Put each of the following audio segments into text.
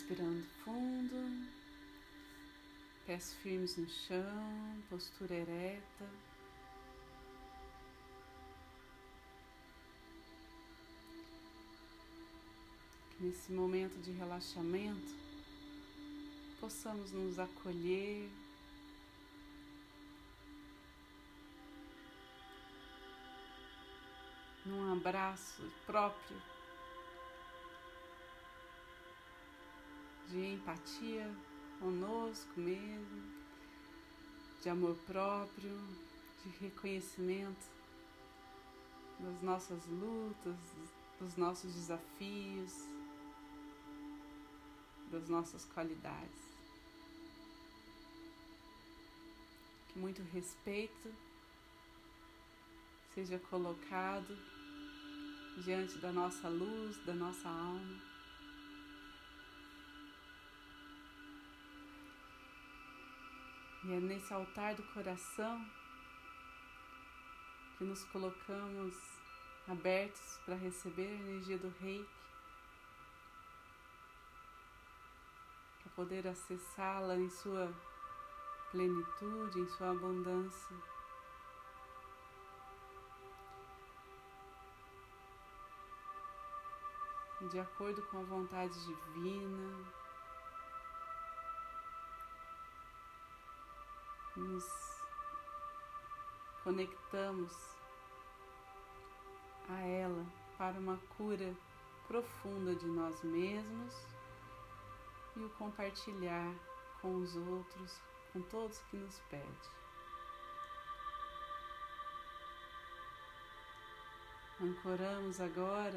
Respirando fundo, pés firmes no chão, postura ereta. Que nesse momento de relaxamento possamos nos acolher, num abraço próprio de empatia conosco mesmo, de amor próprio, de reconhecimento das nossas lutas, dos nossos desafios, das nossas qualidades. Que muito respeito seja colocado diante da nossa luz, da nossa alma. E é nesse altar do coração que nos colocamos abertos para receber a energia do Reiki, para poder acessá-la em sua plenitude, em sua abundância. De acordo com a vontade divina, nos conectamos a ela para uma cura profunda de nós mesmos e o compartilhar com os outros, com todos que nos pedem. Ancoramos agora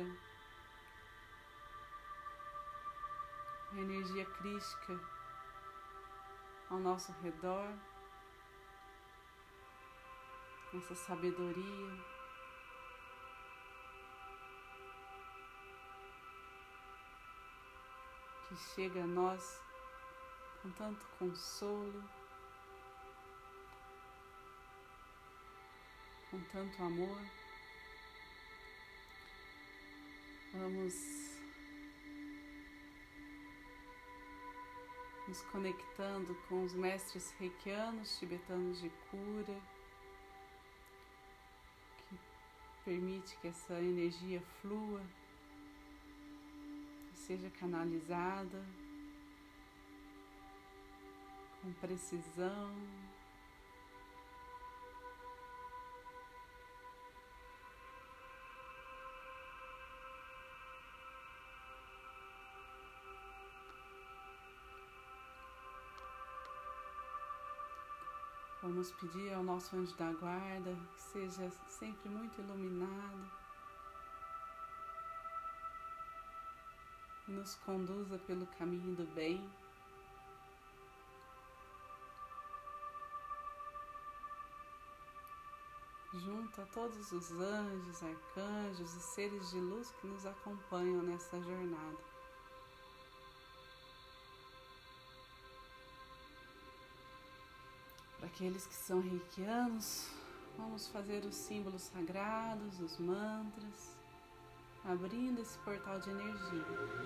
a energia crística ao nosso redor, essa sabedoria, que chega a nós com tanto consolo, com tanto amor. Vamos nos conectando com os mestres reikianos, tibetanos de cura, que permite que essa energia flua, que seja canalizada com precisão. Vamos pedir ao nosso anjo da guarda que seja sempre muito iluminado e nos conduza pelo caminho do bem. Junto a todos os anjos, arcanjos e seres de luz que nos acompanham nessa jornada. Para aqueles que são reikianos, vamos fazer os símbolos sagrados, os mantras, abrindo esse portal de energia.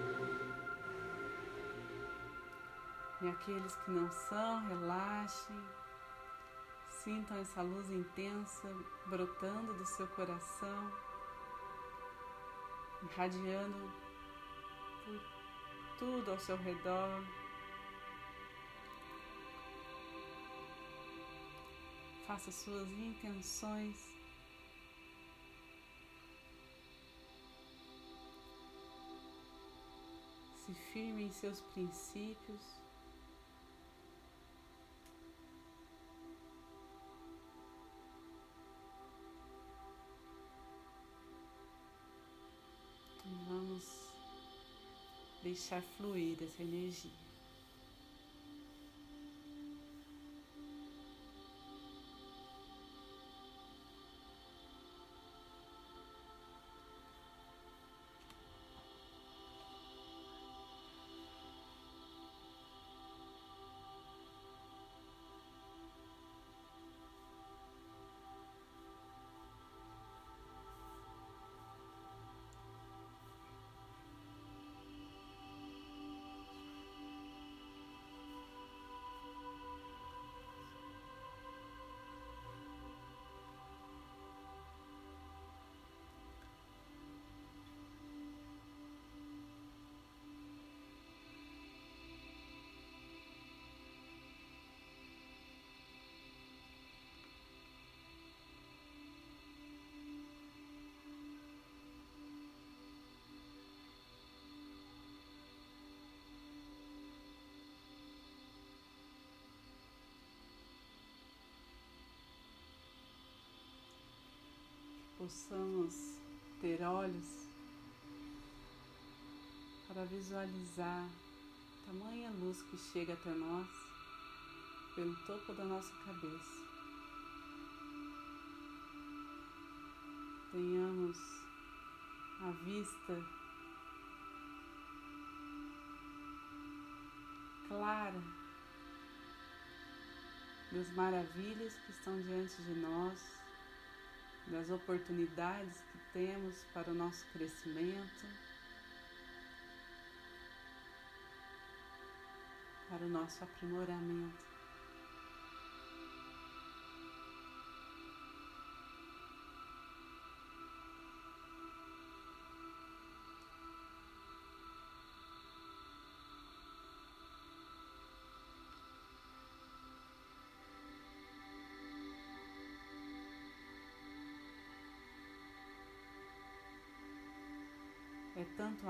E aqueles que não são, relaxem, sintam essa luz intensa brotando do seu coração, irradiando por tudo ao seu redor. Faça suas intenções. Se firme em seus princípios. E vamos deixar fluir essa energia. possamos ter olhos para visualizar tamanha luz que chega até nós pelo topo da nossa cabeça. Tenhamos a vista clara das maravilhas que estão diante de nós, das oportunidades que temos para o nosso crescimento, para o nosso aprimoramento. É tanto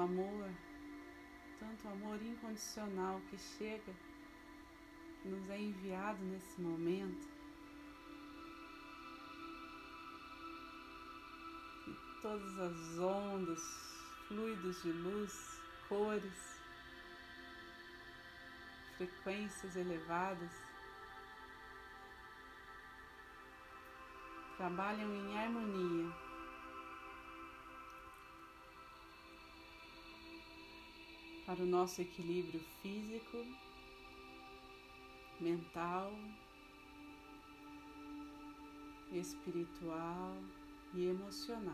amor incondicional que chega, que nos é enviado nesse momento. E todas as ondas, fluidos de luz, cores, frequências elevadas trabalham em harmonia para o nosso equilíbrio físico, mental, espiritual e emocional.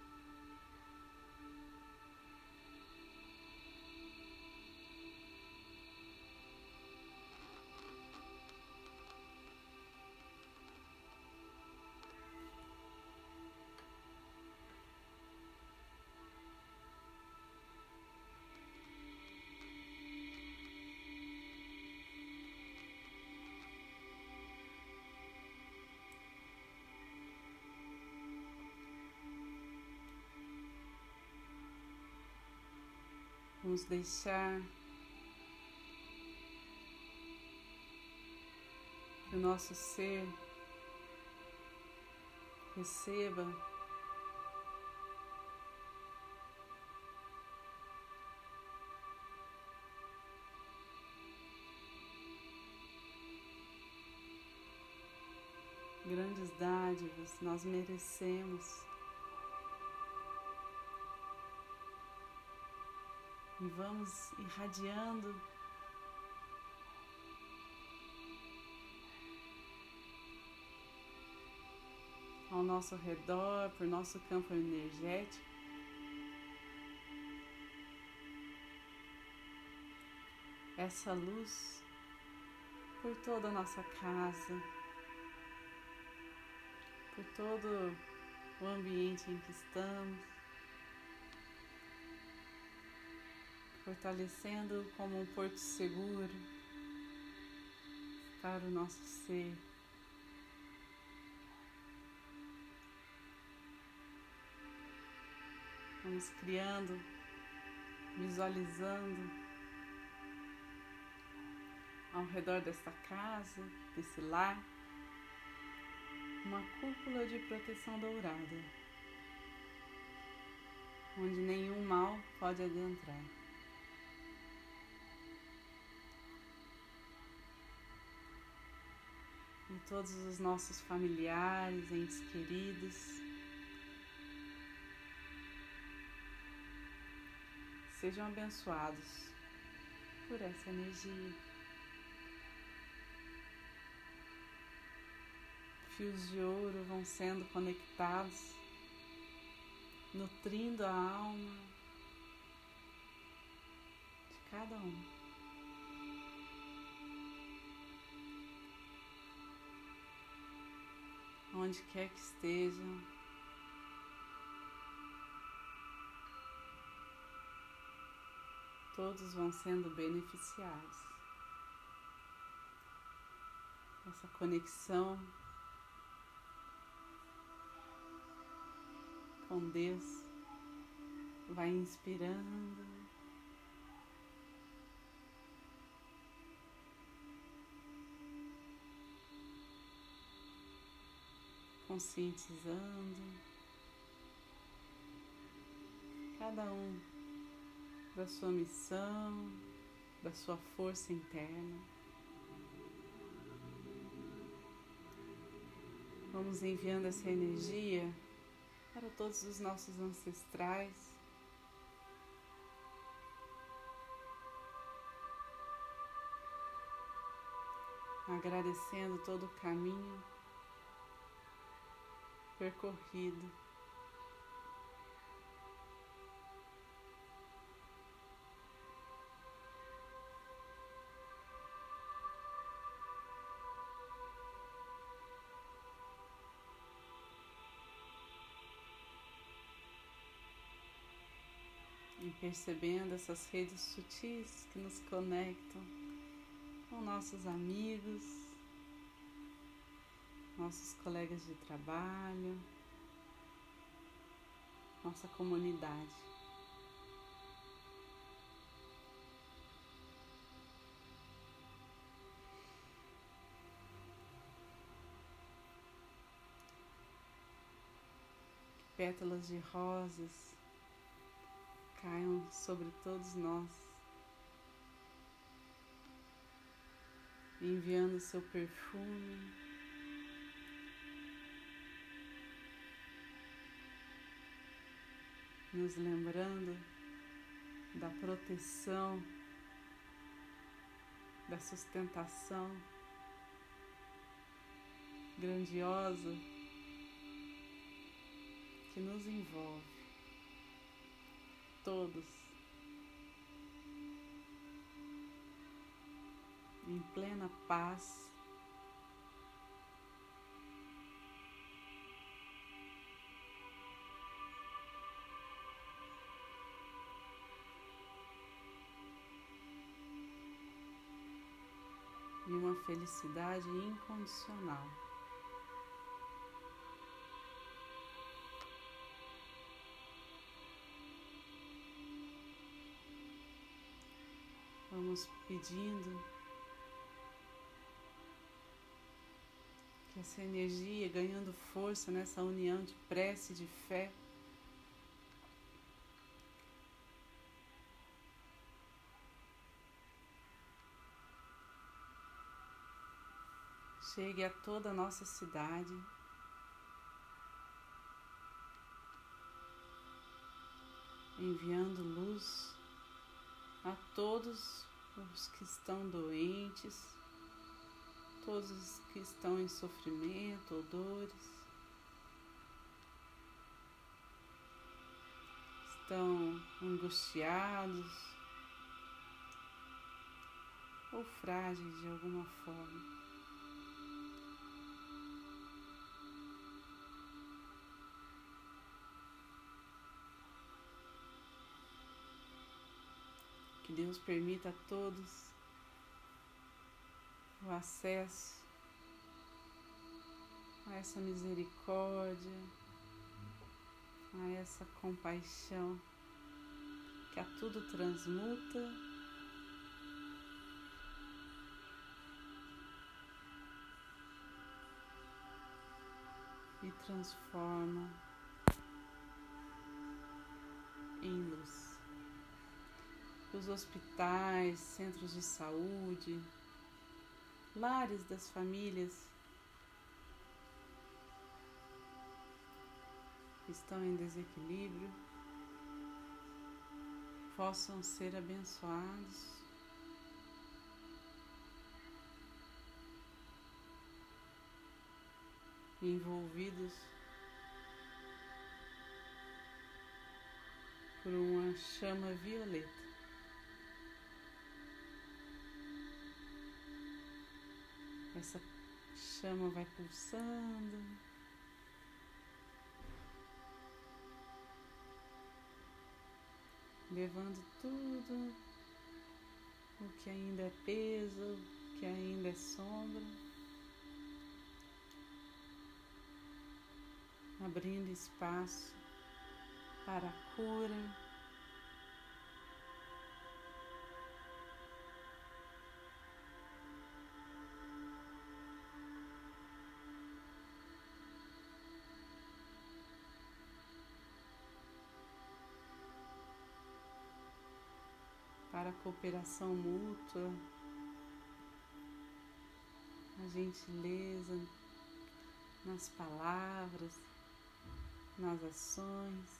Vamos deixar que o nosso ser receba grandes dádivas, nós merecemos. E vamos irradiando ao nosso redor, por nosso campo energético, essa luz por toda a nossa casa, por todo o ambiente em que estamos, fortalecendo como um porto seguro para o nosso ser. Vamos criando, visualizando ao redor desta casa, desse lar, uma cúpula de proteção dourada, onde nenhum mal pode adentrar. E todos os nossos familiares, entes queridos, sejam abençoados por essa energia. Fios de ouro vão sendo conectados, nutrindo a alma de cada um. Onde quer que estejam, todos vão sendo beneficiados. Essa conexão com Deus vai inspirando conscientizando cada um da sua missão, da sua força interna. Vamos enviando essa energia para todos os nossos ancestrais, agradecendo todo o caminho percorrido. E percebendo essas redes sutis que nos conectam com nossos amigos, nossos colegas de trabalho, nossa comunidade. Pétalas de rosas caiam sobre todos nós, enviando seu perfume, nos lembrando da proteção, da sustentação grandiosa que nos envolve. Todos em plena paz, e uma felicidade incondicional. Vamos pedindo que essa energia, ganhando força nessa união de prece e de fé, chegue a toda a nossa cidade, enviando luz a todos os que estão doentes, todos os que estão em sofrimento ou dores, estão angustiados ou frágeis de alguma forma. Que Deus permita a todos o acesso a essa misericórdia, a essa compaixão que a tudo transmuta e transforma em luz. Os hospitais, centros de saúde, lares das famílias que estão em desequilíbrio possam ser abençoados e envolvidos por uma chama violeta. Essa chama vai pulsando, levando tudo o que ainda é peso, o que ainda é sombra, abrindo espaço para a cura, para a cooperação mútua, a gentileza nas palavras, nas ações.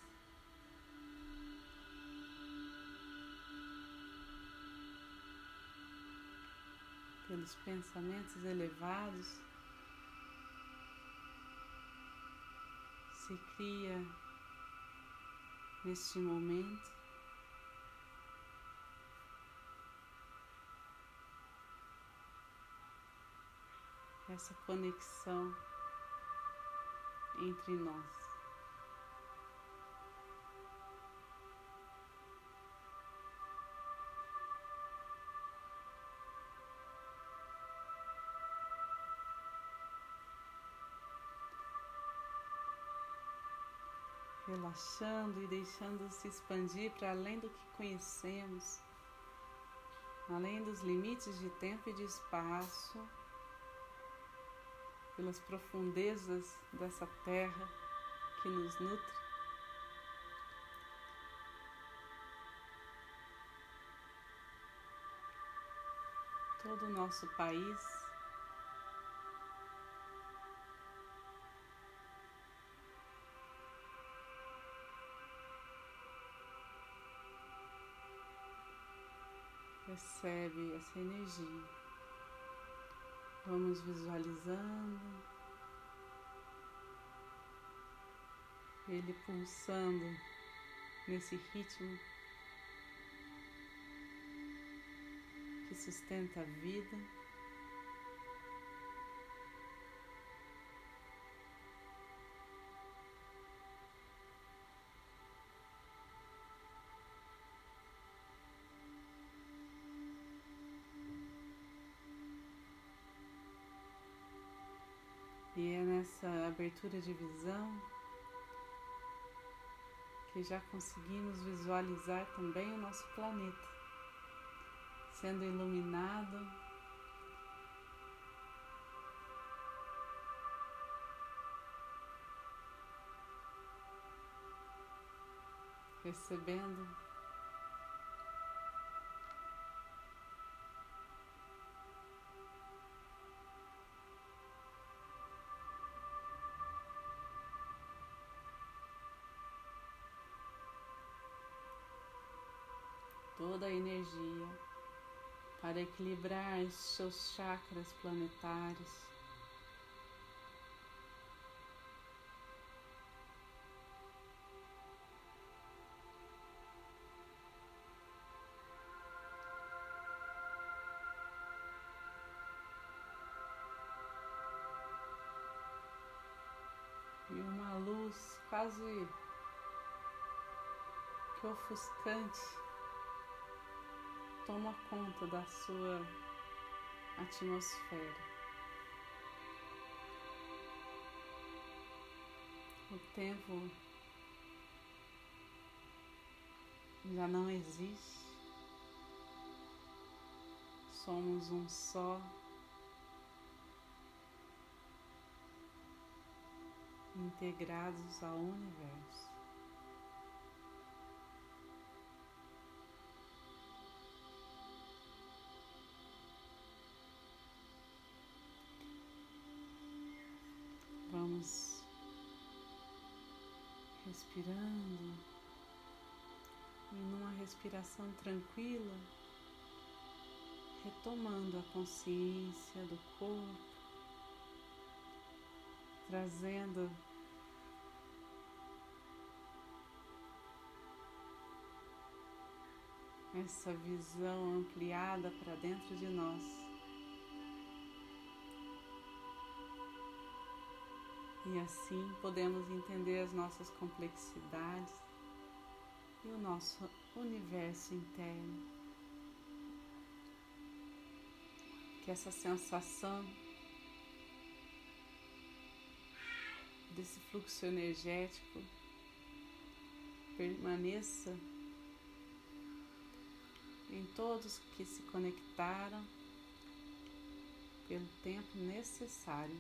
Pelos pensamentos elevados, se cria neste momento essa conexão entre nós. Relaxando e deixando se expandir para além do que conhecemos, além dos limites de tempo e de espaço, pelas profundezas dessa terra que nos nutre. Todo o nosso país recebe essa energia. Vamos visualizando ele pulsando nesse ritmo que sustenta a vida. E é nessa abertura de visão que já conseguimos visualizar também o nosso planeta sendo iluminado recebendo toda a energia para equilibrar os seus chakras planetários, e uma luz quase que ofuscante toma conta da sua atmosfera. O tempo já não existe, somos um só, integrados ao universo. Vamos respirando e numa respiração tranquila, retomando a consciência do corpo, trazendo essa visão ampliada para dentro de nós. E assim podemos entender as nossas complexidades e o nosso universo interno. Que essa sensação desse fluxo energético permaneça em todos que se conectaram pelo tempo necessário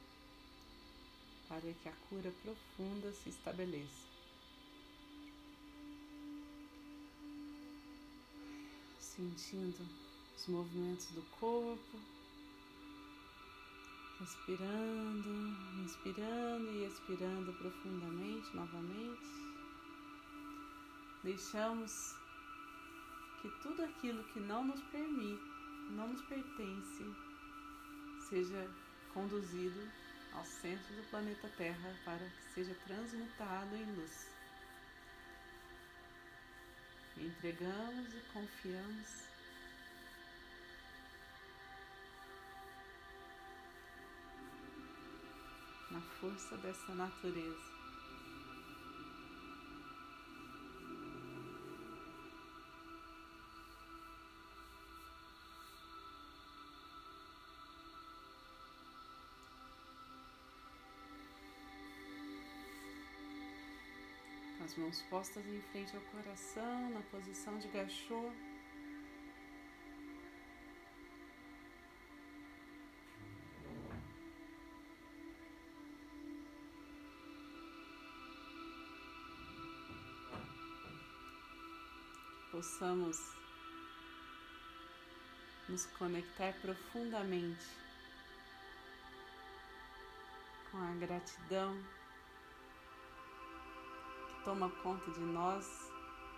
para que a cura profunda se estabeleça. Se sentindo os movimentos do corpo, respirando, inspirando e expirando profundamente novamente. Deixamos que tudo aquilo que não nos pertence, seja conduzido ao centro do planeta Terra para que seja transmutado em luz. Entregamos e confiamos na força dessa natureza. As mãos postas em frente ao coração, na posição de gachô. Possamos nos conectar profundamente com a gratidão que toma conta de nós.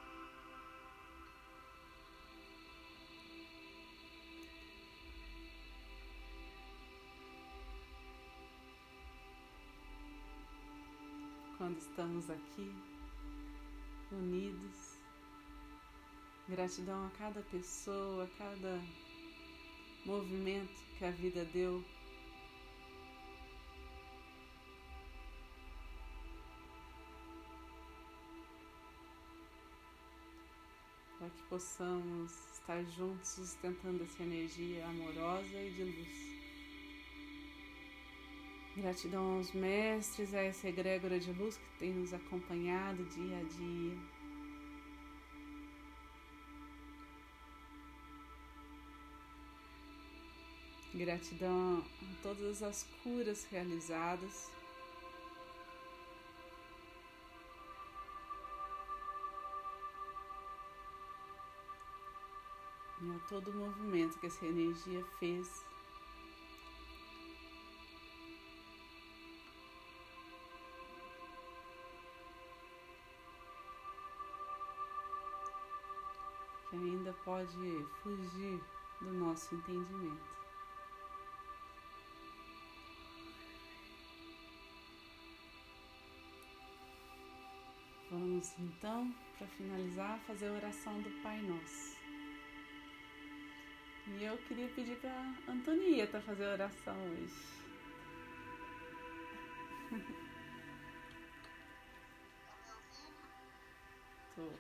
Quando estamos aqui, unidos. Gratidão a cada pessoa, a cada movimento que a vida deu. Para que possamos estar juntos sustentando essa energia amorosa e de luz. Gratidão aos mestres, a essa egrégora de luz que tem nos acompanhado dia a dia. Gratidão a todas as curas realizadas. E a todo o movimento que essa energia fez. Que ainda pode fugir do nosso entendimento. Vamos então, para finalizar, fazer a oração do Pai Nosso. E eu queria pedir para a Antonieta fazer a oração hoje. Tô.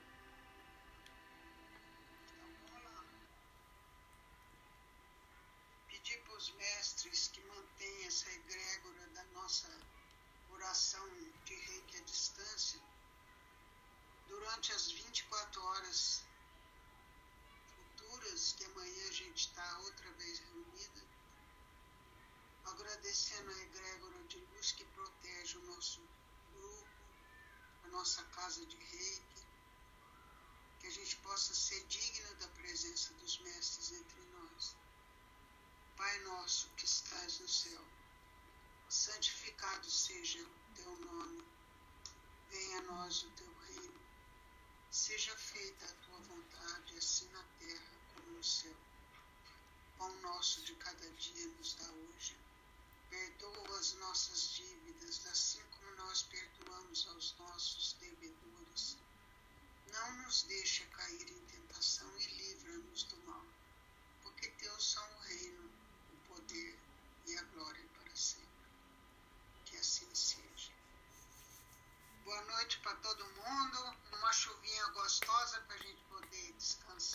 Pedir para os mestres que mantenham essa egrégora da nossa oração de Reiki à distância durante as 24 horas futuras, que amanhã a gente está outra vez reunida, agradecendo a egrégora de luz que protege o nosso grupo, a nossa casa de Reiki, que a gente possa ser digno da presença dos mestres entre nós. Pai nosso que estás no céu, santificado seja o teu nome, venha a nós o teu reino, seja feita a tua vontade, assim na terra como no céu. Pão nosso de cada dia nos dá hoje, perdoa as nossas dívidas, assim como nós perdoamos aos nossos devedores. Não nos deixa cair em tentação e livra-nos do mal, porque teus são o reino, o poder e a glória para sempre. Que assim seja. Boa noite para todo mundo, uma chuvinha gostosa para a gente poder descansar.